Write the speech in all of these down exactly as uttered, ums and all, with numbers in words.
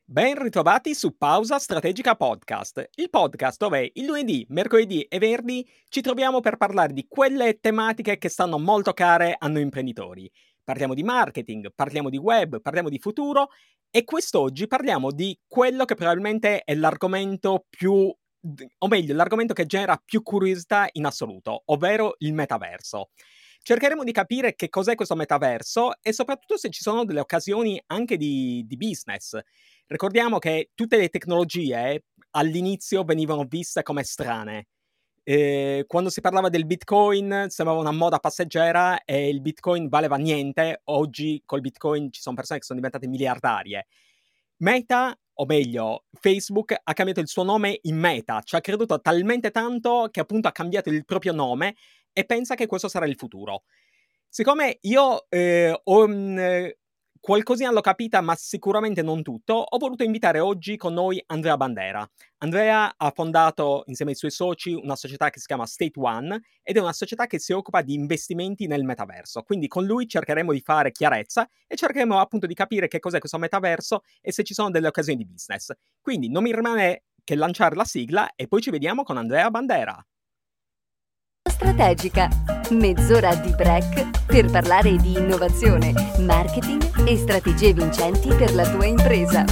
Ben ritrovati su Pausa Strategica Podcast, il podcast dove il lunedì, mercoledì e venerdì ci troviamo per parlare di quelle tematiche che stanno molto care a noi imprenditori. Parliamo di marketing, parliamo di web, parliamo di futuro e quest'oggi parliamo di quello che probabilmente è l'argomento più, o meglio, l'argomento che genera più curiosità in assoluto, ovvero il metaverso. Cercheremo di capire che cos'è questo metaverso e soprattutto se ci sono delle occasioni anche di, di business. Ricordiamo che tutte le tecnologie all'inizio venivano viste come strane. Eh, quando si parlava del Bitcoin sembrava una moda passeggera e il Bitcoin valeva niente. Oggi col Bitcoin ci sono persone che sono diventate miliardarie. Meta, o meglio, Facebook ha cambiato il suo nome in Meta. Ci ha creduto talmente tanto che appunto ha cambiato il proprio nome e pensa che questo sarà il futuro. Siccome io eh, ho... Mh, qualcosina l'ho capita, ma sicuramente non tutto, ho voluto invitare oggi con noi Andrea Bandera. Andrea ha fondato insieme ai suoi soci una società che si chiama State One ed è una società che si occupa di investimenti nel metaverso. Quindi con lui cercheremo di fare chiarezza e cercheremo appunto di capire che cos'è questo metaverso e se ci sono delle occasioni di business. Quindi non mi rimane che lanciare la sigla e poi ci vediamo con Andrea Bandera. Strategica, mezz'ora di break per parlare di innovazione, marketing e strategie vincenti per la tua impresa.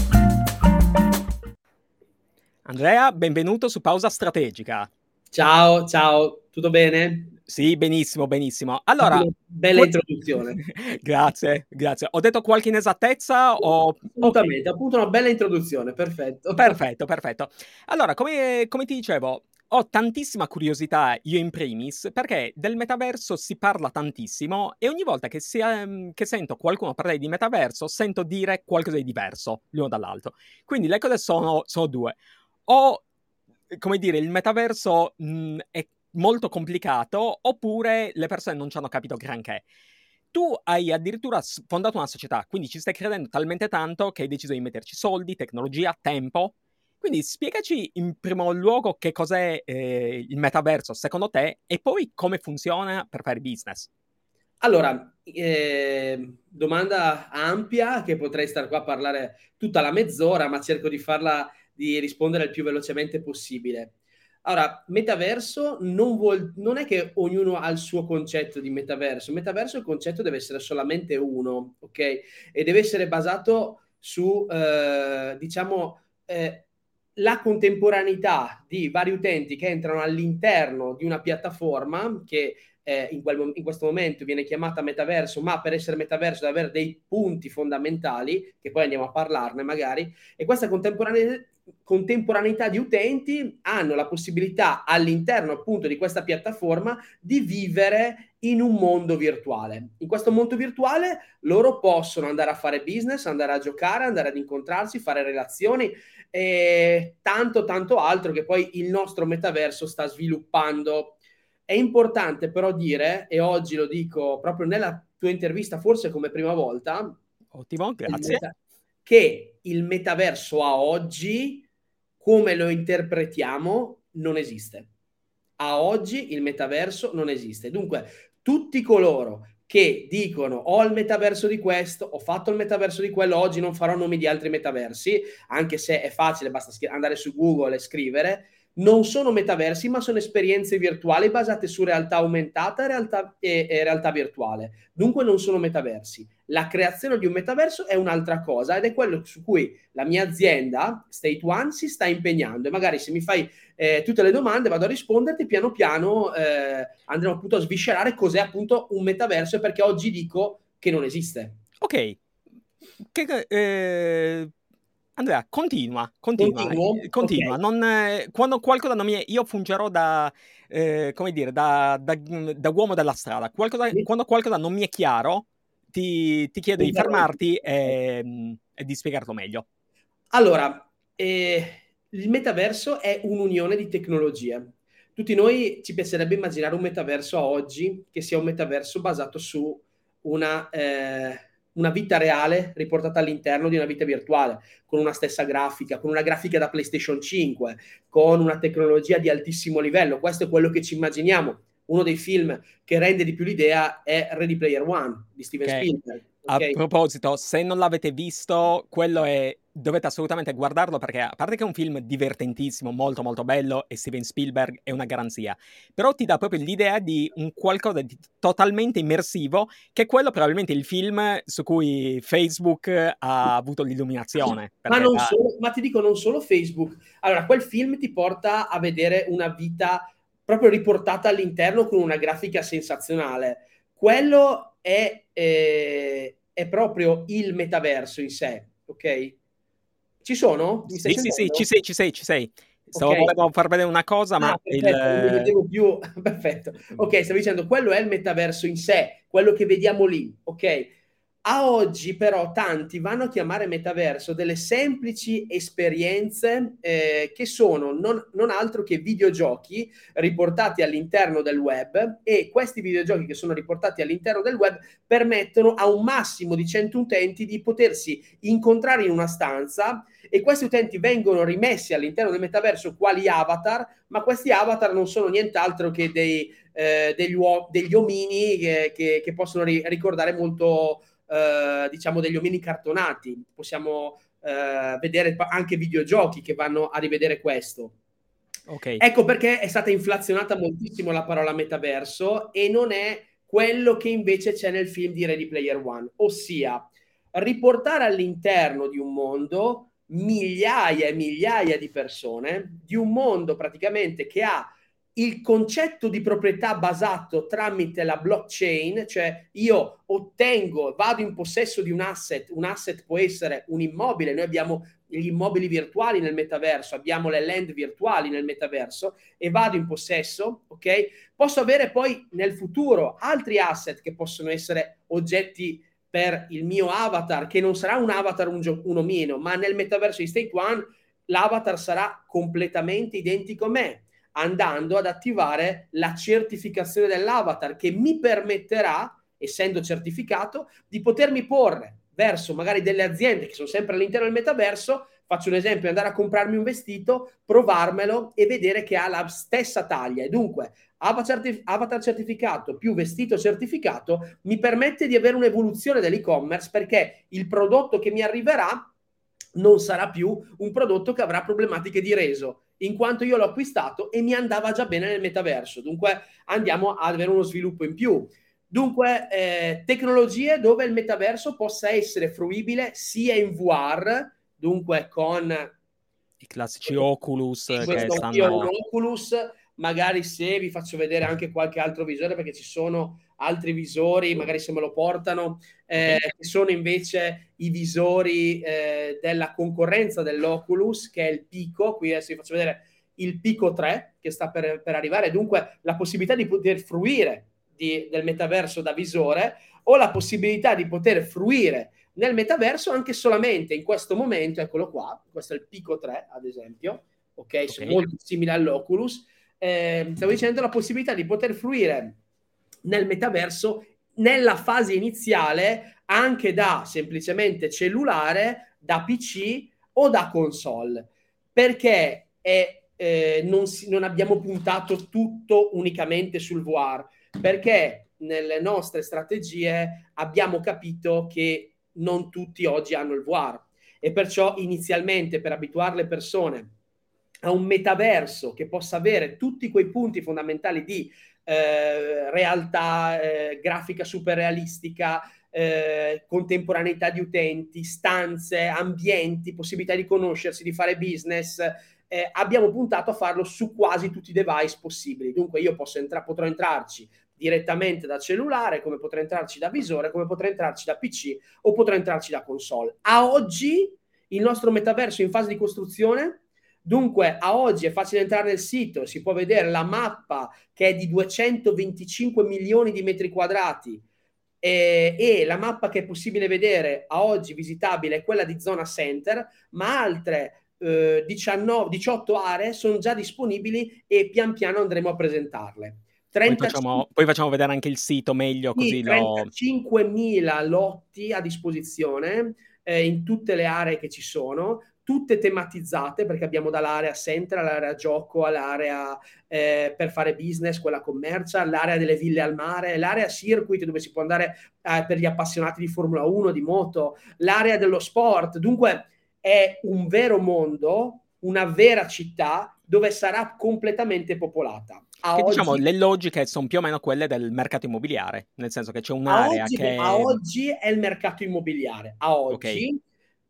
Andrea, benvenuto su Pausa Strategica. Ciao, ciao, tutto bene? Sì, benissimo, benissimo. Allora, bella que- introduzione. grazie, grazie. Ho detto qualche inesattezza o... Assolutamente, Okay. appunto una bella introduzione, perfetto. Perfetto, perfetto. Allora, come, come ti dicevo, ho tantissima curiosità, io in primis, perché del metaverso si parla tantissimo e ogni volta che, si, ehm, che sento qualcuno parlare di metaverso, sento dire qualcosa di diverso l'uno dall'altro. Quindi le cose sono, sono due. O, come dire, il metaverso mh, è molto complicato, oppure le persone non ci hanno capito granché. Tu hai addirittura fondato una società, quindi ci stai credendo talmente tanto che hai deciso di metterci soldi, tecnologia, tempo. Quindi spiegaci in primo luogo che cos'è eh, il metaverso secondo te e poi come funziona per fare business. Allora, eh, domanda ampia che potrei stare qua a parlare tutta la mezz'ora, ma cerco di farla, di rispondere il più velocemente possibile. Allora, metaverso non vuol, non è che ognuno ha il suo concetto di metaverso. Metaverso il concetto deve essere solamente uno, ok? E deve essere basato su, eh, diciamo, eh, la contemporaneità di vari utenti che entrano all'interno di una piattaforma che eh, in, quel, in questo momento viene chiamata metaverso, ma per essere metaverso deve avere dei punti fondamentali, che poi andiamo a parlarne magari, e questa contemporaneità contemporaneità di utenti hanno la possibilità all'interno appunto di questa piattaforma di vivere in un mondo virtuale. In questo mondo virtuale loro possono andare a fare business, andare a giocare, andare ad incontrarsi, fare relazioni e tanto tanto altro che poi il nostro metaverso sta sviluppando. È importante però dire, e oggi lo dico proprio nella tua intervista forse come prima volta, Ottimo, grazie. meta- che il metaverso a oggi, come lo interpretiamo, non esiste. A oggi il metaverso non esiste. Dunque, tutti coloro che dicono ho il metaverso di questo, ho fatto il metaverso di quello, oggi non farò nomi di altri metaversi, anche se è facile, basta andare su Google e scrivere, non sono metaversi, ma sono esperienze virtuali basate su realtà aumentata e realtà, e, e realtà virtuale. Dunque non sono metaversi. La creazione di un metaverso è un'altra cosa ed è quello su cui la mia azienda, State One, si sta impegnando. E magari se mi fai eh, tutte le domande vado a risponderti piano piano, eh, andremo appunto a sviscerare cos'è appunto un metaverso e perché oggi dico che non esiste. Ok. Che, eh... Andrea, continua, continua, Continuo? continua. Ok. Non, eh, quando qualcosa non mi è, io fungerò da, eh, come dire, da, da, da uomo della strada. Qualcosa, Sì. quando qualcosa non mi è chiaro, ti, ti chiedo di fermarti e, e di spiegarlo meglio. Allora, eh, il metaverso è un'unione di tecnologie. Tutti noi ci piacerebbe immaginare un metaverso a oggi che sia un metaverso basato su una, eh, una vita reale riportata all'interno di una vita virtuale, con una stessa grafica, con una grafica da PlayStation cinque, con una tecnologia di altissimo livello. Questo è quello che ci immaginiamo. Uno dei film che rende di più l'idea è Ready Player One di Steven Che, Spielberg. Okay? A proposito, se non l'avete visto, quello è dovete assolutamente guardarlo perché a parte che è un film divertentissimo, molto molto bello e Steven Spielberg è una garanzia, però ti dà proprio l'idea di un qualcosa di totalmente immersivo, che è quello probabilmente il film su cui Facebook ha avuto l'illuminazione. Ma Perché non da... solo, ma ti dico non solo Facebook. Allora, quel film ti porta a vedere una vita proprio riportata all'interno con una grafica sensazionale. Quello è, eh, è proprio il metaverso in sé, ok? Ci sono? Mi stai Sì, sì, sì, ci sentendo? sei, ci sei, ci sei. Ok. Stavo volevo far vedere una cosa, Ah, ma perfetto, non mi il... vedevo più. Perfetto. Ok, stavo dicendo, quello è il metaverso in sé, quello che vediamo lì, ok? A oggi però tanti vanno a chiamare metaverso delle semplici esperienze eh, che sono non, non altro che videogiochi riportati all'interno del web, e questi videogiochi che sono riportati all'interno del web permettono a un massimo di cento utenti di potersi incontrare in una stanza, e questi utenti vengono rimessi all'interno del metaverso quali avatar, ma questi avatar non sono nient'altro che dei, eh, degli, uo- degli omini che, che, che possono ri- ricordare molto, eh, diciamo, degli omini cartonati. Possiamo eh, vedere anche videogiochi che vanno a rivedere questo. Ok. Ecco perché è stata inflazionata moltissimo la parola metaverso, e non è quello che invece c'è nel film di Ready Player One, ossia riportare all'interno di un mondo migliaia e migliaia di persone, di un mondo praticamente che ha il concetto di proprietà basato tramite la blockchain, cioè io ottengo, vado in possesso di un asset, un asset può essere un immobile, noi abbiamo gli immobili virtuali nel metaverso, abbiamo le land virtuali nel metaverso, e vado in possesso, ok? Posso avere poi nel futuro altri asset che possono essere oggetti per il mio avatar, che non sarà un avatar un, gio- un omino, ma nel metaverso di State One l'avatar sarà completamente identico a me, andando ad attivare la certificazione dell'avatar, che mi permetterà, essendo certificato, di potermi porre verso magari delle aziende che sono sempre all'interno del metaverso. Faccio un esempio: andare a comprarmi un vestito, provarmelo e vedere che ha la stessa taglia, e dunque avatar certificato più vestito certificato mi permette di avere un'evoluzione dell'e-commerce, perché il prodotto che mi arriverà non sarà più un prodotto che avrà problematiche di reso, in quanto io l'ho acquistato e mi andava già bene nel metaverso. Dunque andiamo ad avere uno sviluppo in più. Dunque eh, tecnologie dove il metaverso possa essere fruibile sia in V R, dunque con I classici Oculus che questo io ho un stanno... Oculus, magari se vi faccio vedere anche qualche altro visore, perché ci sono altri visori, magari se me lo portano, eh, Ok. che sono invece i visori eh, della concorrenza dell'Oculus, che è il Pico. Qui adesso vi faccio vedere il Pico tre che sta per, per arrivare, dunque la possibilità di poter fruire di, del metaverso da visore, o la possibilità di poter fruire nel metaverso anche solamente in questo momento. Eccolo qua, questo è il Pico tre ad esempio, ok, Ok. sono molto simili all'Oculus. Eh, stavo dicendo la possibilità di poter fruire nel metaverso nella fase iniziale anche da semplicemente cellulare, da P C o da console, perché è, eh, non, si, non abbiamo puntato tutto unicamente sul V R, perché nelle nostre strategie abbiamo capito che non tutti oggi hanno il V R, e perciò inizialmente, per abituare le persone a un metaverso che possa avere tutti quei punti fondamentali di eh, realtà, eh, grafica super realistica, eh, contemporaneità di utenti, stanze, ambienti, possibilità di conoscersi, di fare business, eh, abbiamo puntato a farlo su quasi tutti i device possibili. Dunque io posso entra- potrò entrarci direttamente da cellulare, come potrò entrarci da visore, come potrò entrarci da P C o potrò entrarci da console. A oggi il nostro metaverso è in fase di costruzione. Dunque a oggi è facile entrare nel sito, si può vedere la mappa che è di duecentoventicinque milioni di metri quadrati, e, e la mappa che è possibile vedere a oggi visitabile è quella di zona center, ma altre eh, diciannove, diciotto aree sono già disponibili e pian piano andremo a presentarle. Poi trentacinque facciamo, poi facciamo vedere anche il sito meglio, sì, così lo... trentacinquemila lotti a disposizione, eh, in tutte le aree che ci sono, tutte tematizzate, perché abbiamo dall'area center all'area gioco, all'area eh, per fare business, quella commercial, l'area delle ville al mare, l'area circuit dove si può andare eh, per gli appassionati di Formula uno, di moto, l'area dello sport. Dunque è un vero mondo, una vera città dove sarà completamente popolata. A Che oggi, diciamo le logiche sono più o meno quelle del mercato immobiliare, nel senso che c'è a un'area oggi, che a oggi è il mercato immobiliare. A ok, oggi,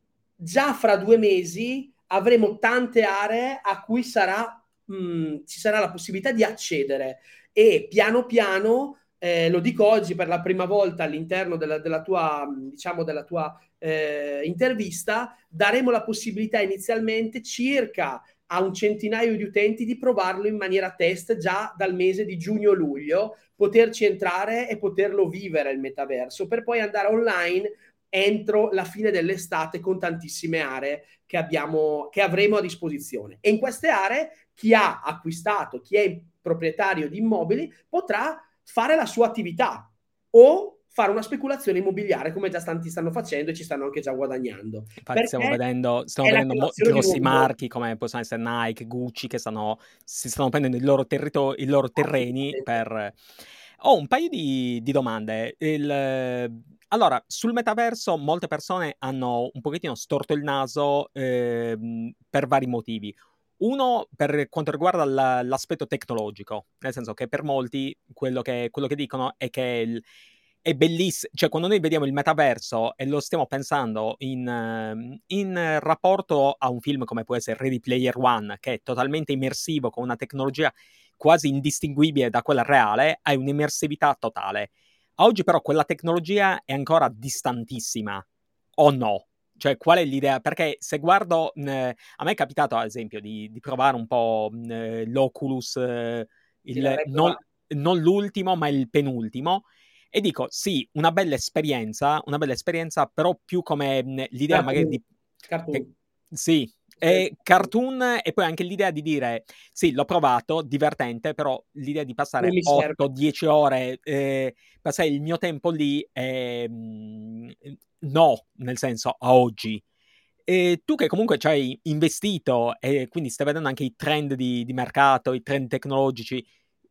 già fra due mesi avremo tante aree a cui sarà, mh, ci sarà la possibilità di accedere e piano piano, eh, lo dico oggi per la prima volta all'interno della, della tua, diciamo, della tua eh, intervista, daremo la possibilità inizialmente circa a un centinaio di utenti di provarlo in maniera test già dal mese di giugno-luglio, poterci entrare e poterlo vivere il metaverso, per poi andare online entro la fine dell'estate con tantissime aree che, abbiamo, che avremo a disposizione. E in queste aree chi ha acquistato, chi è proprietario di immobili potrà fare la sua attività o fare una speculazione immobiliare come già tanti stanno facendo e ci stanno anche già guadagnando. infatti stiamo vedendo, stiamo vedendo mo- grossi marchi come possono essere Nike, Gucci che stanno, si stanno prendendo il loro, territo- i loro terreni per... Ho un paio di, di domande. Il, allora, sul metaverso molte persone hanno un pochettino storto il naso eh, per vari motivi. Uno, per quanto riguarda la, l'aspetto tecnologico, nel senso che per molti quello che, quello che dicono è che il, è bellissimo, cioè quando noi vediamo il metaverso e lo stiamo pensando in, in rapporto a un film come può essere Ready Player One, che è totalmente immersivo con una tecnologia quasi indistinguibile da quella reale, hai un'immersività totale. Oggi però quella tecnologia è ancora distantissima, o no? Cioè, qual è l'idea? Perché se guardo, eh, a me è capitato ad esempio di, di provare un po' eh, l'Oculus, eh, il, non, non l'ultimo, ma il penultimo, e dico sì, una bella esperienza, una bella esperienza, però più come mh, l'idea Cartoon. magari di... Cartoon. Che, sì, è cartoon e poi anche l'idea di dire sì, l'ho provato, divertente, però l'idea di passare otto dieci ore, eh, passare il mio tempo lì, eh, no, nel senso, a oggi. E tu che comunque ci hai investito e quindi stai vedendo anche i trend di, di mercato, i trend tecnologici,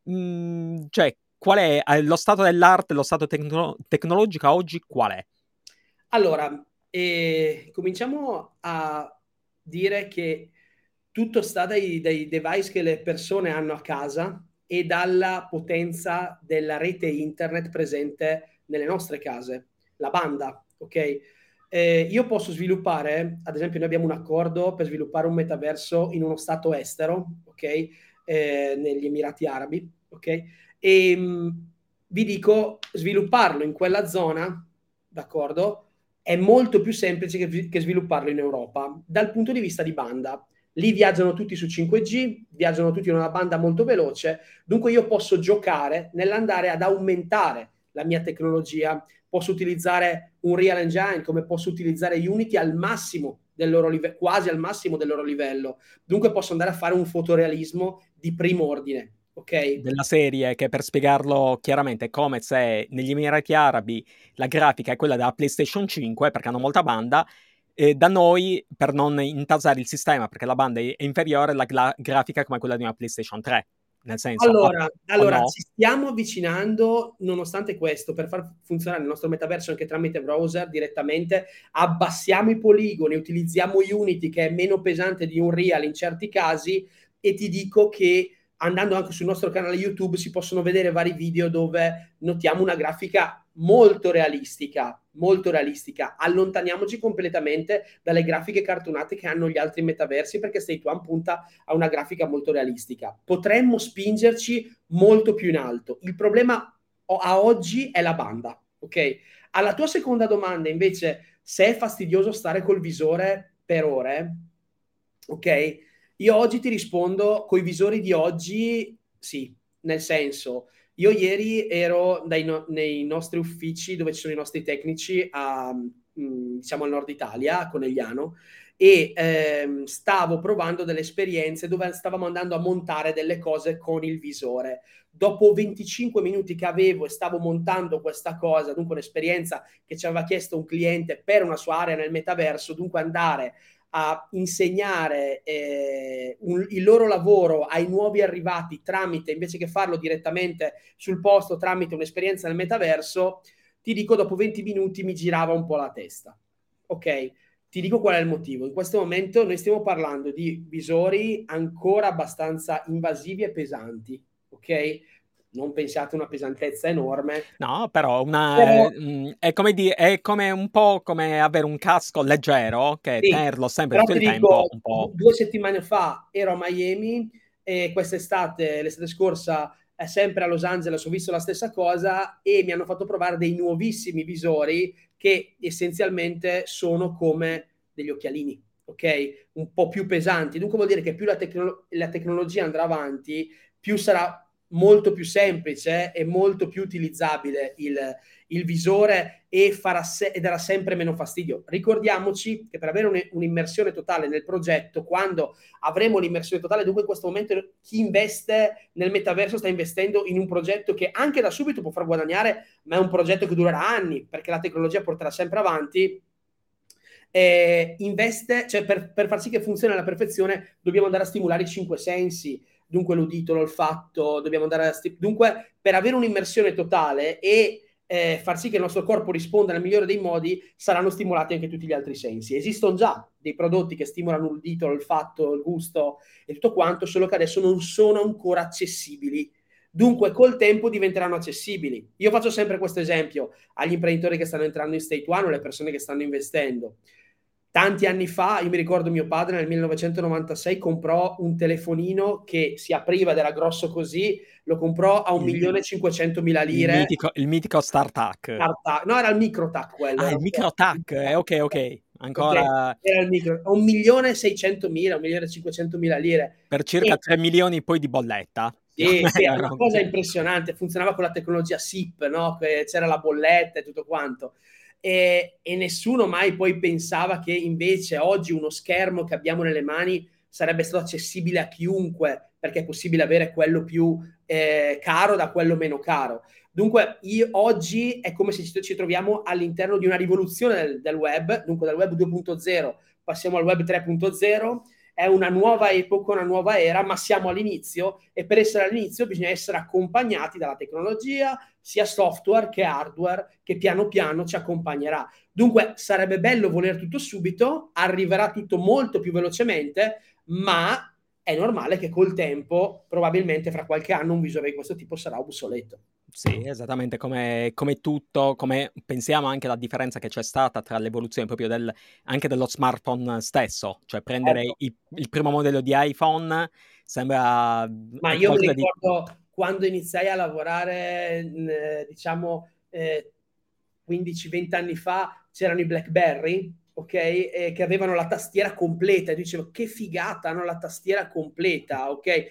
mh, cioè, qual è eh, lo stato dell'arte, lo stato tecno- tecnologico oggi, qual è? Allora, eh, cominciamo a dire che tutto sta dai, dai device che le persone hanno a casa e dalla potenza della rete internet presente nelle nostre case, la banda, ok? Eh, io posso sviluppare, ad esempio noi abbiamo un accordo per sviluppare un metaverso in uno stato estero, ok? Eh, negli Emirati Arabi, ok? E mh, vi dico, svilupparlo in quella zona, d'accordo? È molto più semplice che, che svilupparlo in Europa dal punto di vista di banda. Lì viaggiano tutti su cinque G, viaggiano tutti in una banda molto veloce, dunque io posso giocare nell'andare ad aumentare la mia tecnologia, posso utilizzare un Real Engine come posso utilizzare Unity al massimo del loro livello, quasi al massimo del loro livello, dunque posso andare a fare un fotorealismo di primo ordine. Okay. Della serie che, per spiegarlo chiaramente, è come se negli Emirati Arabi la grafica è quella della PlayStation cinque perché hanno molta banda, e da noi, per non intasare il sistema perché la banda è inferiore, la gra- grafica è come quella di una PlayStation tre, nel senso, Allora, o, allora o no? ci stiamo avvicinando, nonostante questo, per far funzionare il nostro metaverso anche tramite browser direttamente, abbassiamo i poligoni, utilizziamo Unity che è meno pesante di Unreal in certi casi, e ti dico che andando anche sul nostro canale YouTube si possono vedere vari video dove notiamo una grafica molto realistica, molto realistica. Allontaniamoci completamente dalle grafiche cartonate che hanno gli altri metaversi, perché State One punta a una grafica molto realistica. Potremmo spingerci molto più in alto. Il problema a oggi è la banda, ok? Alla tua seconda domanda, invece, se è fastidioso stare col visore per ore, ok? Io oggi ti rispondo coi visori di oggi, sì, nel senso, io ieri ero dai no- nei nostri uffici dove ci sono i nostri tecnici a mh, diciamo al nord Italia, a Conegliano, e ehm, stavo provando delle esperienze dove stavamo andando a montare delle cose con il visore. Dopo venticinque minuti che avevo e stavo montando questa cosa, dunque un'esperienza che ci aveva chiesto un cliente per una sua area nel metaverso, dunque andare a insegnare eh, un, il loro lavoro ai nuovi arrivati tramite, invece che farlo direttamente sul posto tramite un'esperienza nel metaverso, ti dico, dopo venti minuti mi girava un po' la testa. Ok? Ti dico qual è il motivo. In questo momento noi stiamo parlando di visori ancora abbastanza invasivi e pesanti, ok? Non pensiate a una pesantezza enorme. No, però una, Però, eh, è come di, è come un po' come avere un casco leggero, che sì, tenerlo sempre però tutto ti il tempo, dico, un du- po'. due settimane fa ero a Miami e quest'estate, l'estate scorsa, è sempre a Los Angeles, ho visto la stessa cosa e mi hanno fatto provare dei nuovissimi visori che essenzialmente sono come degli occhialini, ok? Un po' più pesanti. Dunque vuol dire che più la, tecno- la tecnologia andrà avanti, più sarà molto più semplice e molto più utilizzabile il, il visore e, farà se- e darà sempre meno fastidio. Ricordiamoci che per avere un- un'immersione totale nel progetto, quando avremo l'immersione totale, dunque in questo momento chi investe nel metaverso sta investendo in un progetto che anche da subito può far guadagnare, ma è un progetto che durerà anni, perché la tecnologia porterà sempre avanti. Eh, investe, cioè per, per far sì che funzioni alla perfezione dobbiamo andare a stimolare i cinque sensi, dunque l'udito, l'olfatto, dobbiamo andare a sti- dunque per avere un'immersione totale e eh, far sì che il nostro corpo risponda nel migliore dei modi, saranno stimolati anche tutti gli altri sensi. Esistono già dei prodotti che stimolano l'udito, l'olfatto, il gusto e tutto quanto, solo che adesso non sono ancora accessibili. Dunque col tempo diventeranno accessibili. Io faccio sempre questo esempio agli imprenditori che stanno entrando in State One o alle persone che stanno investendo. Tanti anni fa, io mi ricordo mio padre nel millenovecentonovantasei comprò un telefonino che si apriva ed era grosso così, lo comprò a un Il, milione e cinquecentomila il lire. mitico, il mitico StarTAC. No, era il microtac quello. Ah, Era il un micro po'. tac, eh, ok, ok. Ok, Ancora era il micro, a un milione e seicentomila, un milione e cinquecentomila lire. per circa E tre milioni poi di bolletta. Più o sì, sì, meno era era una cosa così. impressionante, funzionava con la tecnologia S I P, no? Che c'era la bolletta e tutto quanto. E, e nessuno mai poi pensava che invece oggi uno schermo che abbiamo nelle mani sarebbe stato accessibile a chiunque, perché è possibile avere quello più eh, caro da quello meno caro. Dunque, io, oggi è come se ci, ci troviamo all'interno di una rivoluzione del, del web, dunque dal web due punto zero passiamo al web tre punto zero, è una nuova epoca, una nuova era, ma siamo all'inizio e per essere all'inizio bisogna essere accompagnati dalla tecnologia, sia software che hardware, che piano piano ci accompagnerà. Dunque sarebbe bello voler tutto subito, arriverà tutto molto più velocemente, ma è normale che col tempo, probabilmente fra qualche anno, un visore di questo tipo sarà obsoleto. Sì, esattamente come, come tutto, come pensiamo anche alla differenza che c'è stata tra l'evoluzione proprio del, anche dello smartphone stesso, cioè prendere Certo. il, il primo modello di iPhone sembra Ma è io mi qualcosa di... ricordo quando iniziai a lavorare, eh, diciamo, eh, quindici venti anni fa, c'erano i BlackBerry, ok? E che avevano la tastiera completa. E dicevo, che figata, hanno la tastiera completa, ok?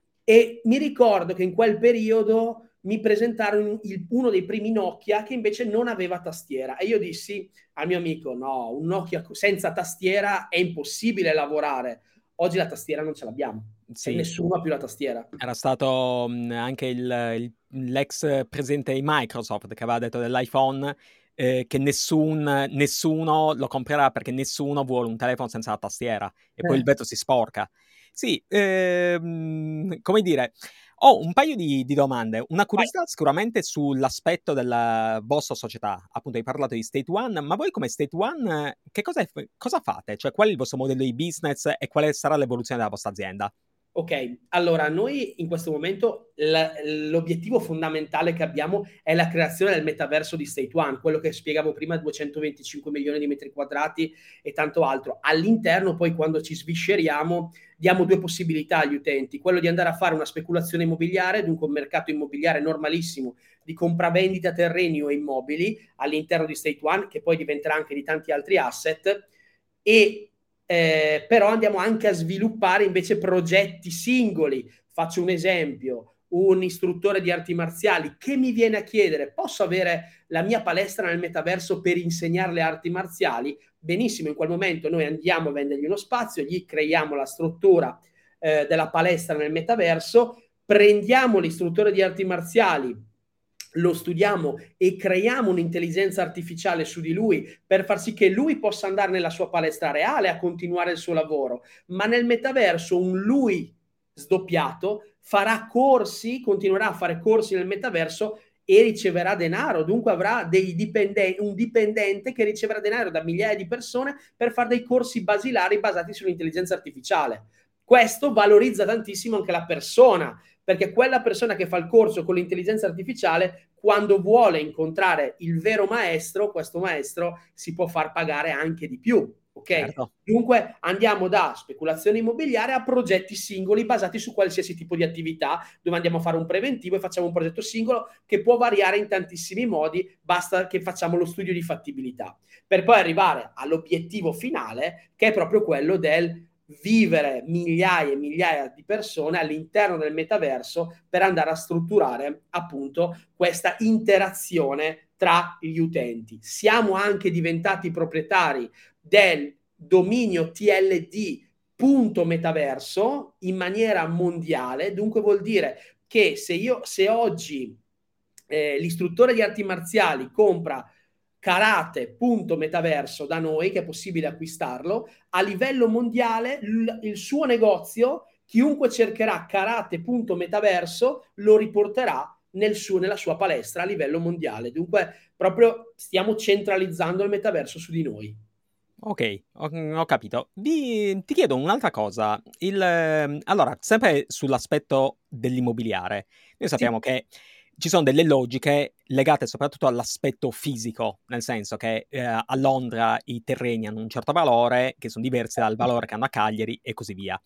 E mi ricordo che in quel periodo mi presentarono il, uno dei primi Nokia che invece non aveva tastiera. E io dissi al mio amico, no, un Nokia senza tastiera è impossibile lavorare. Oggi la tastiera non ce l'abbiamo e Sì, nessuno ha più la tastiera. era stato mh, anche il, il- l'ex presidente di Microsoft che aveva detto dell'iPhone eh, che nessun, nessuno lo comprerà perché nessuno vuole un telefono senza la tastiera e poi il Eh, vetro si sporca. Sì, ehm, come dire, ho un paio di, di domande. Una vai. curiosità sicuramente sull'aspetto della vostra società. Appunto, hai parlato di State One, ma voi come State One eh, che cosa, cosa fate? Cioè, qual è il vostro modello di business e quale sarà l'evoluzione della vostra azienda? Ok, allora noi in questo momento l- l'obiettivo fondamentale che abbiamo è la creazione del metaverso di State One, quello che spiegavo prima, duecentoventicinque milioni di metri quadrati e tanto altro. All'interno poi quando ci svisceriamo diamo due possibilità agli utenti, quello di andare a fare una speculazione immobiliare, dunque un mercato immobiliare normalissimo di compravendita terreni o immobili all'interno di State One, che poi diventerà anche di tanti altri asset, e eh, però andiamo anche a sviluppare invece progetti singoli. Faccio un esempio, un istruttore di arti marziali che mi viene a chiedere: posso avere la mia palestra nel metaverso per insegnare le arti marziali? Benissimo, in quel momento noi andiamo a vendergli uno spazio, gli creiamo la struttura eh, della palestra nel metaverso, prendiamo l'istruttore di arti marziali, lo studiamo e creiamo un'intelligenza artificiale su di lui per far sì che lui possa andare nella sua palestra reale a continuare il suo lavoro, ma nel metaverso un lui sdoppiato farà corsi, continuerà a fare corsi nel metaverso e riceverà denaro, dunque avrà dei dipendenti, un dipendente che riceverà denaro da migliaia di persone per fare dei corsi basilari basati sull'intelligenza artificiale. Questo valorizza tantissimo anche la persona, perché quella persona che fa il corso con l'intelligenza artificiale, quando vuole incontrare il vero maestro, questo maestro si può far pagare anche di più. Ok? Certo. Dunque andiamo da speculazione immobiliare a progetti singoli basati su qualsiasi tipo di attività, dove andiamo a fare un preventivo e facciamo un progetto singolo che può variare in tantissimi modi, basta che facciamo lo studio di fattibilità, per poi arrivare all'obiettivo finale, che è proprio quello del vivere migliaia e migliaia di persone all'interno del metaverso per andare a strutturare appunto questa interazione tra gli utenti. Siamo anche diventati proprietari del dominio T L D punto metaverso in maniera mondiale, dunque vuol dire che se io se oggi eh, l'istruttore di arti marziali compra karate punto metaverso da noi, che è possibile acquistarlo, a livello mondiale il, il suo negozio, chiunque cercherà karate punto metaverso lo riporterà nel suo, nella sua palestra a livello mondiale. Dunque proprio stiamo centralizzando il metaverso su di noi. Ok, ho, ho capito. Vi, ti chiedo un'altra cosa. Il, ehm, allora, sempre sull'aspetto dell'immobiliare, noi sappiamo Sì. che ci sono delle logiche legate soprattutto all'aspetto fisico, nel senso che eh, a Londra i terreni hanno un certo valore, che sono diversi dal valore che hanno a Cagliari e così via.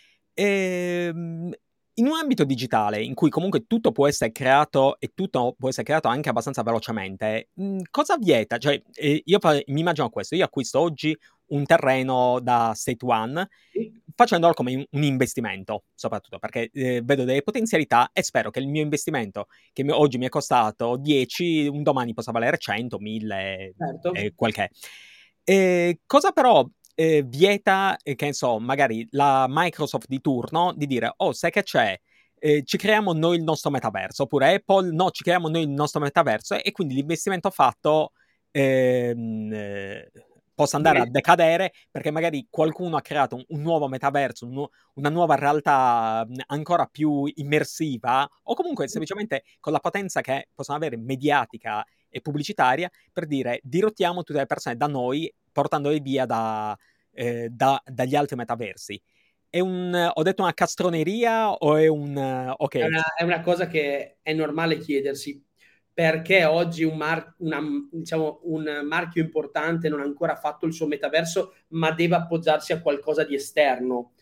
Ehm, in un ambito digitale in cui comunque tutto può essere creato e tutto può essere creato anche abbastanza velocemente, mh, cosa vieta? Cioè, eh, io fa- mi immagino questo, io acquisto oggi un terreno da State One Sì. facendolo come un- un investimento, soprattutto perché eh, vedo delle potenzialità e spero che il mio investimento, che mi- oggi mi è costato dieci, un domani possa valere cento, mille Certo. e qualche. Eh, cosa però eh, vieta, eh, che ne so, magari la Microsoft di turno di dire: oh, sai che c'è? Eh, ci creiamo noi il nostro metaverso, oppure Apple, no, ci creiamo noi il nostro metaverso, e quindi l'investimento fatto ehm, eh, possa andare a decadere perché magari qualcuno ha creato un, un nuovo metaverso, un nu- una nuova realtà mh, ancora più immersiva, o comunque semplicemente con la potenza che possono avere mediatica e pubblicitaria, per dire dirottiamo tutte le persone da noi portandole via da, eh, da- dagli altri metaversi. È un, ho detto una castroneria o è un... eh, È ok, una, è una cosa che è normale chiedersi, perché oggi un, mar- una- diciamo, un marchio importante non ha ancora fatto il suo metaverso, ma deve appoggiarsi a qualcosa di esterno.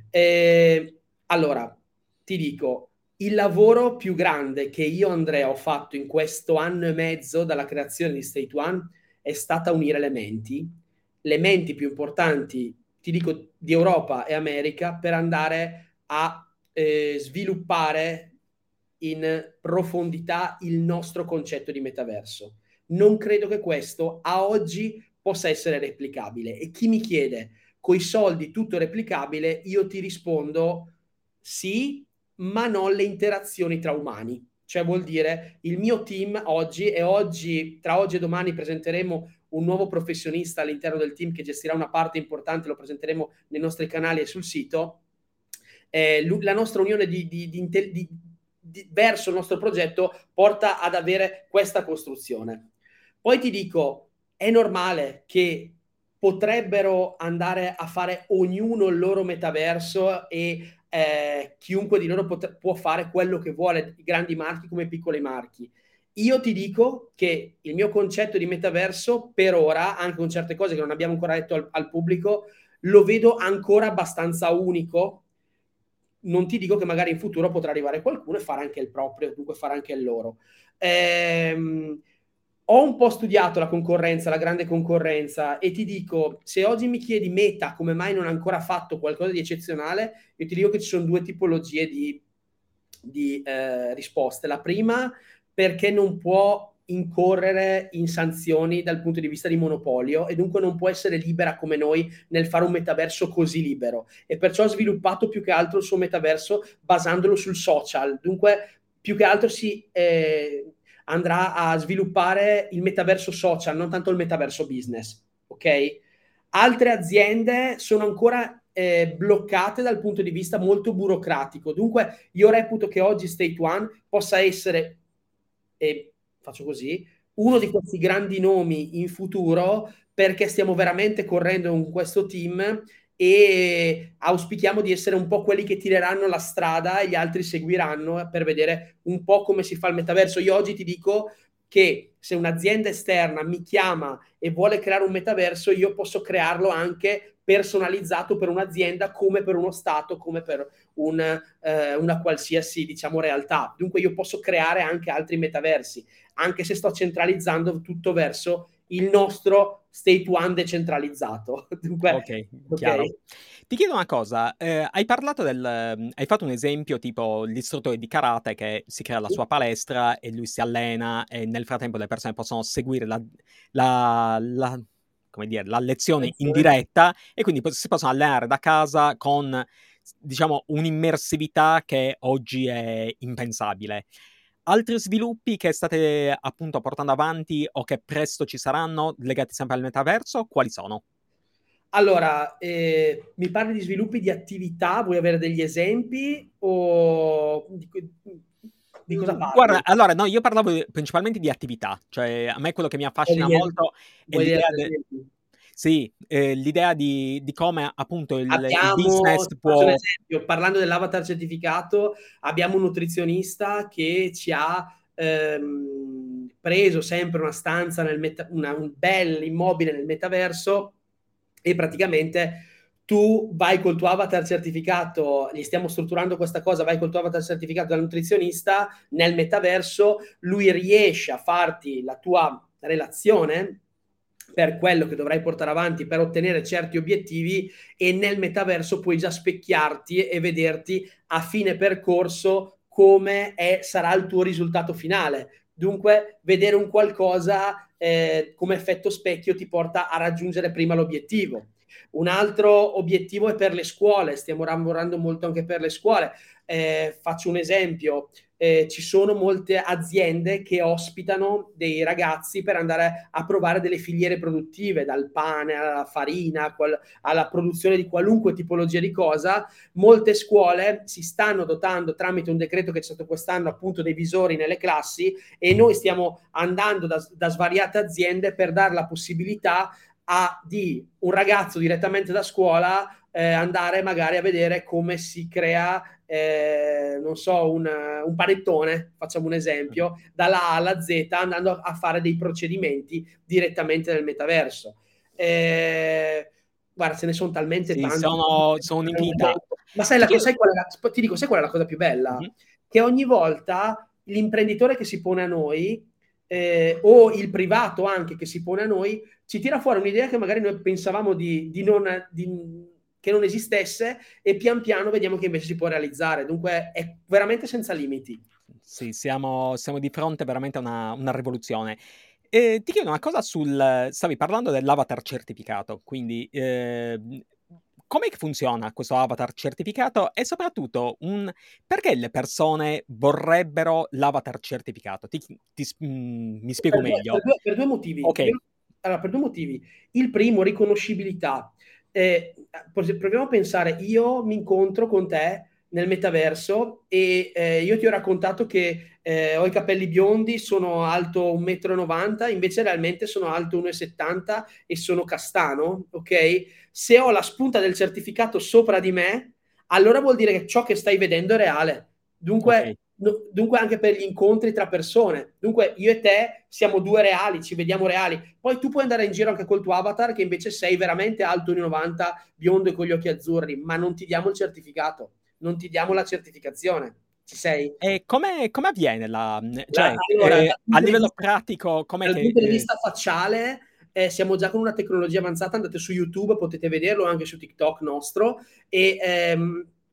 Eh, allora, ti dico, il lavoro più grande che io, Andrea, ho fatto in questo anno e mezzo dalla creazione di State One è stata unire le menti, le menti più importanti, ti dico, di Europa e America, per andare a eh, sviluppare in profondità il nostro concetto di metaverso. Non credo che questo a oggi possa essere replicabile, e chi mi chiede coi soldi tutto replicabile, io ti rispondo sì, ma non le interazioni tra umani. Cioè vuol dire il mio team oggi, e oggi, tra oggi e domani presenteremo un nuovo professionista all'interno del team che gestirà una parte importante, lo presenteremo nei nostri canali e sul sito. Eh, la nostra unione di, di, di, di, di, verso il nostro progetto porta ad avere questa costruzione. Poi ti dico, è normale che potrebbero andare a fare ognuno il loro metaverso e eh, chiunque di loro pot- può fare quello che vuole, grandi marchi come piccoli marchi. Io ti dico che il mio concetto di metaverso per ora, anche con certe cose che non abbiamo ancora detto al, al pubblico, lo vedo ancora abbastanza unico. Non ti dico che magari in futuro potrà arrivare qualcuno e fare anche il proprio, dunque fare anche il loro. Ehm, ho un po' studiato la concorrenza, la grande concorrenza, e ti dico, se oggi mi chiedi Meta come mai non ha ancora fatto qualcosa di eccezionale, io ti dico che ci sono due tipologie di di eh, risposte. La prima, perché non può incorrere in sanzioni dal punto di vista di monopolio e dunque non può essere libera come noi nel fare un metaverso così libero, e perciò ha sviluppato più che altro il suo metaverso basandolo sul social. Dunque più che altro si eh, andrà a sviluppare il metaverso social, non tanto il metaverso business, ok? Altre aziende sono ancora eh, bloccate dal punto di vista molto burocratico. Dunque io reputo che oggi State One possa essere, e faccio così, uno di questi grandi nomi in futuro, perché stiamo veramente correndo con questo team e auspichiamo di essere un po' quelli che tireranno la strada e gli altri seguiranno per vedere un po' come si fa il metaverso. Io oggi ti dico che se un'azienda esterna mi chiama e vuole creare un metaverso, io posso crearlo anche personalizzato per un'azienda, come per uno stato, come per un, eh, una qualsiasi, diciamo, realtà. Dunque io posso creare anche altri metaversi, anche se sto centralizzando tutto verso il nostro State One decentralizzato. Dunque, ok, chiaro. okay. Ti chiedo una cosa, eh, hai parlato del, hai fatto un esempio tipo l'istruttore di karate che si crea la sua palestra e lui si allena e nel frattempo le persone possono seguire la, la, la, come dire, la lezione in diretta e quindi si possono allenare da casa con, diciamo, un'immersività che oggi è impensabile. Altri sviluppi che state appunto portando avanti o che presto ci saranno legati sempre al metaverso, quali sono? Allora, eh, mi parli di sviluppi di attività, vuoi avere degli esempi o di, di cosa parli? Guarda, allora no, io parlavo principalmente di attività, cioè a me quello che mi affascina Vuoi molto è vuoi l'idea degli de... esempi? sì, eh, l'idea di, di come appunto il, il Abbiamo, business faccio un può... esempio, parlando dell'avatar certificato, abbiamo un nutrizionista che ci ha ehm, preso sempre una stanza, nel meta, una, un bel immobile nel metaverso, e praticamente tu vai col tuo avatar certificato, gli stiamo strutturando questa cosa, vai col tuo avatar certificato da nutrizionista nel metaverso, lui riesce a farti la tua relazione per quello che dovrai portare avanti per ottenere certi obiettivi, e nel metaverso puoi già specchiarti e vederti a fine percorso come è, sarà il tuo risultato finale. Dunque vedere un qualcosa eh, come effetto specchio ti porta a raggiungere prima l'obiettivo. Un altro obiettivo è per le scuole, stiamo lavorando molto anche per le scuole. Eh, faccio un esempio, eh, ci sono molte aziende che ospitano dei ragazzi per andare a provare delle filiere produttive, dal pane alla farina, qual- alla produzione di qualunque tipologia di cosa. Molte scuole si stanno dotando tramite un decreto che c'è stato quest'anno, appunto, dei visori nelle classi, e noi stiamo andando da, da svariate aziende per dare la possibilità a di un ragazzo direttamente da scuola eh, andare magari a vedere come si crea eh, non so, un, un panettone, facciamo un esempio, dalla A alla Z, andando a fare dei procedimenti direttamente nel metaverso. Eh, guarda, ce ne sono talmente Sì, tanti. sono, sono un'infinità. Ma sai, Ti la, chiedo... sai qual è la, ti dico, sai qual è la cosa più bella? Mhm. Che ogni volta l'imprenditore che si pone a noi, eh, o il privato anche che si pone a noi, ci tira fuori un'idea che magari noi pensavamo di, di non... Di, che non esistesse, e pian piano vediamo che invece si può realizzare. Dunque è veramente senza limiti. Sì, siamo, siamo di fronte veramente a una, una rivoluzione. E ti chiedo una cosa sul... Stavi parlando dell'avatar certificato, quindi eh, come funziona questo avatar certificato e soprattutto un... perché le persone vorrebbero l'avatar certificato? Ti, ti, mm, mi spiego Per due, per meglio. due, per due motivi. Ok. Allora, per due motivi. Il primo, riconoscibilità. Eh, proviamo a pensare, io mi incontro con te nel metaverso e eh, io ti ho raccontato che eh, ho i capelli biondi, sono alto un metro e novanta, invece realmente sono alto uno e settanta e sono castano, ok? Se ho la spunta del certificato sopra di me, allora vuol dire che ciò che stai vedendo è reale. Ok. Dunque, no, dunque anche per gli incontri tra persone. Dunque io e te siamo due reali, ci vediamo reali. Poi tu puoi andare in giro anche col tuo avatar che invece sei veramente alto uno e novanta, biondo e con gli occhi azzurri, ma non ti diamo il certificato, non ti diamo la certificazione. Ci sei? E come, come avviene la... La, cioè, allora, eh, dal a punto di livello vista, pratico, com'è dal che... punto di eh, vista facciale, eh, siamo già con una tecnologia avanzata, andate su YouTube, potete vederlo anche su TikTok nostro, e ehm,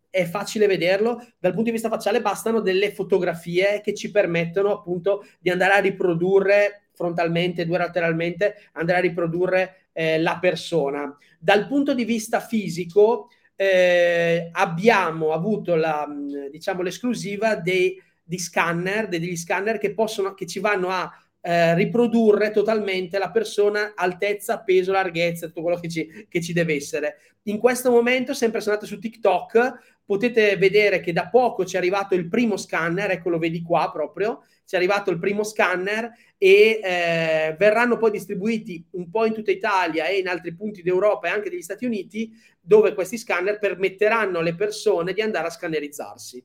è facile vederlo. Dal punto di vista facciale bastano delle fotografie che ci permettono appunto di andare a riprodurre frontalmente, due lateralmente, andare a riprodurre eh, la persona. Dal punto di vista fisico eh, abbiamo avuto la, diciamo, l'esclusiva dei, di scanner, degli scanner che possono, che ci vanno a eh, riprodurre totalmente la persona, altezza, peso, larghezza, tutto quello che ci, che ci deve essere. In questo momento, sempre se andate su TikTok, potete vedere che da poco ci è arrivato il primo scanner, ecco, lo vedi qua proprio, ci è arrivato il primo scanner e eh, verranno poi distribuiti un po' in tutta Italia e in altri punti d'Europa e anche degli Stati Uniti, dove questi scanner permetteranno alle persone di andare a scannerizzarsi.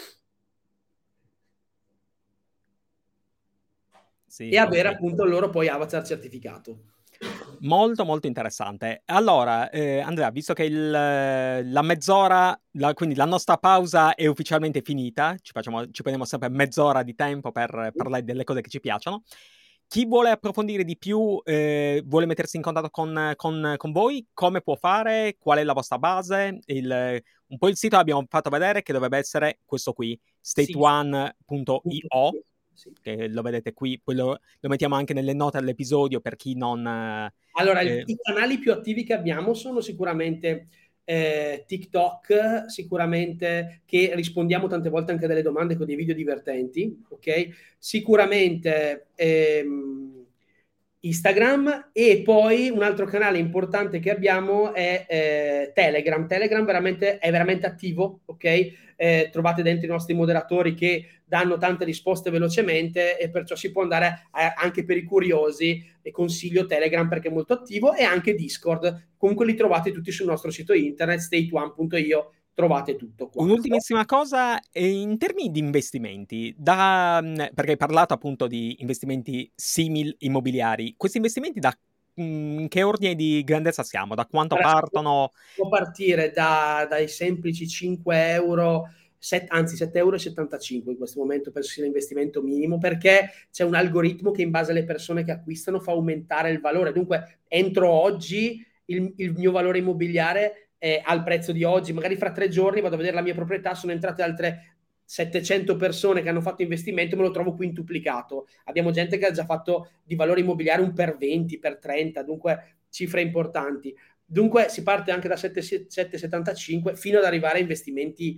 Sì, e avere okay. appunto il loro poi avatar certificato. Molto molto interessante. Allora, eh, Andrea, visto che il, la mezz'ora, la, quindi la nostra pausa è ufficialmente finita, ci, facciamo, ci prendiamo sempre mezz'ora di tempo per parlare delle cose che ci piacciono. Chi vuole approfondire di più, eh, vuole mettersi in contatto con, con, con voi, come può fare? Qual è la vostra base? Il, un po' il sito l'abbiamo fatto vedere, che dovrebbe essere questo qui, state one punto io. Sì. Che lo vedete qui, poi lo, lo mettiamo anche nelle note dell'episodio per chi non... Allora, eh... i canali più attivi che abbiamo sono sicuramente eh, TikTok, sicuramente che rispondiamo tante volte anche delle domande con dei video divertenti, ok? Sicuramente ehm, Instagram, e poi un altro canale importante che abbiamo è eh, Telegram. Telegram veramente, è veramente attivo, ok? Eh, trovate dentro i nostri moderatori che danno tante risposte velocemente e perciò si può andare a, anche per i curiosi, e consiglio Telegram perché è molto attivo, e anche Discord. Comunque li trovate tutti sul nostro sito internet state one punto io, trovate tutto qua. Un'ultimissima cosa, in termini di investimenti, da, perché hai parlato appunto di investimenti simil immobiliari, questi investimenti da in che ordine di grandezza siamo? Da quanto allora, partono? Può partire da, dai semplici cinque euro, set, anzi sette euro e settantacinque in questo momento penso sia l'investimento minimo, perché c'è un algoritmo che in base alle persone che acquistano fa aumentare il valore. Dunque entro oggi il, il mio valore immobiliare è al prezzo di oggi, magari fra tre giorni vado a vedere la mia proprietà, sono entrate altre settecento persone che hanno fatto investimento, me lo trovo quintuplicato. Abbiamo gente che ha già fatto di valore immobiliare un per venti, per trenta, dunque cifre importanti. Dunque si parte anche da sette virgola settantacinque fino ad arrivare a investimenti.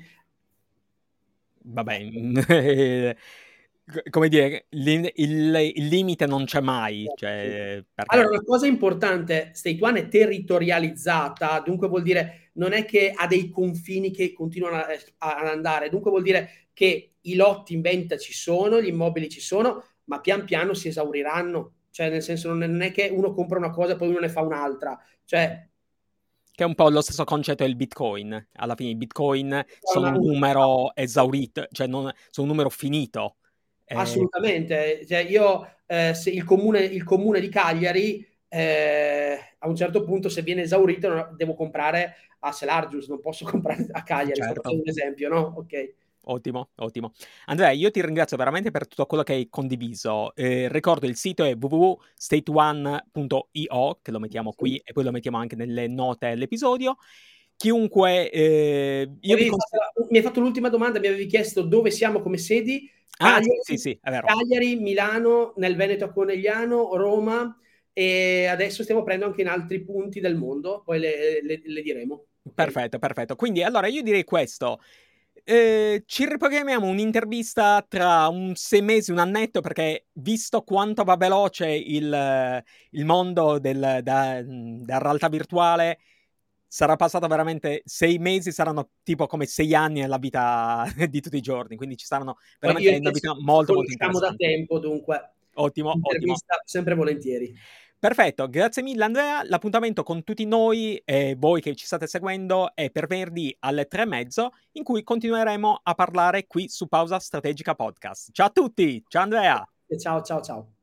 Vabbè, come dire, il, il, il limite non c'è mai. Cioè, perché... Allora, una cosa importante, State One è territorializzata, dunque vuol dire non è che ha dei confini che continuano ad andare, dunque vuol dire che i lotti in vendita ci sono, gli immobili ci sono, ma pian piano si esauriranno. Cioè, nel senso, non è che uno compra una cosa e poi uno ne fa un'altra. Cioè, che è un po' lo stesso concetto del Bitcoin. Alla fine i Bitcoin sono un numero esaurito, cioè non, sono un numero finito. Assolutamente. Cioè, io, eh, se il comune, il comune di Cagliari, eh, a un certo punto, se viene esaurito, devo comprare a Selargius, non posso comprare a Cagliari, certo. Sto facendo un esempio, no? Ok. Ottimo, ottimo. Andrea, io ti ringrazio veramente per tutto quello che hai condiviso. Eh, ricordo il sito è w w w punto state one punto io, che lo mettiamo qui sì. E poi lo mettiamo anche nelle note dell'episodio. Chiunque... Eh, io vi cons- fatto, mi hai fatto l'ultima domanda, mi avevi chiesto dove siamo come sedi. Cagliari, ah, sì, sì, è vero. Cagliari, Milano, nel Veneto a Conegliano, Roma, e adesso stiamo aprendo anche in altri punti del mondo, poi le, le, le diremo. Perfetto, okay. Perfetto. Quindi allora io direi questo. Eh, ci riprogrammiamo un'intervista tra un sei mesi, un annetto, perché visto quanto va veloce il, il mondo del, da, della realtà virtuale, sarà passato veramente sei mesi, saranno tipo come sei anni nella vita di tutti i giorni, quindi ci saranno veramente novità molto molto interessanti. Da tempo, dunque. Ottimo, ottimo. Sempre volentieri. Perfetto, grazie mille Andrea, l'appuntamento con tutti noi e voi che ci state seguendo è per venerdì alle tre e mezzo, in cui continueremo a parlare qui su Pausa Strategica Podcast. Ciao a tutti, ciao Andrea! Ciao ciao ciao!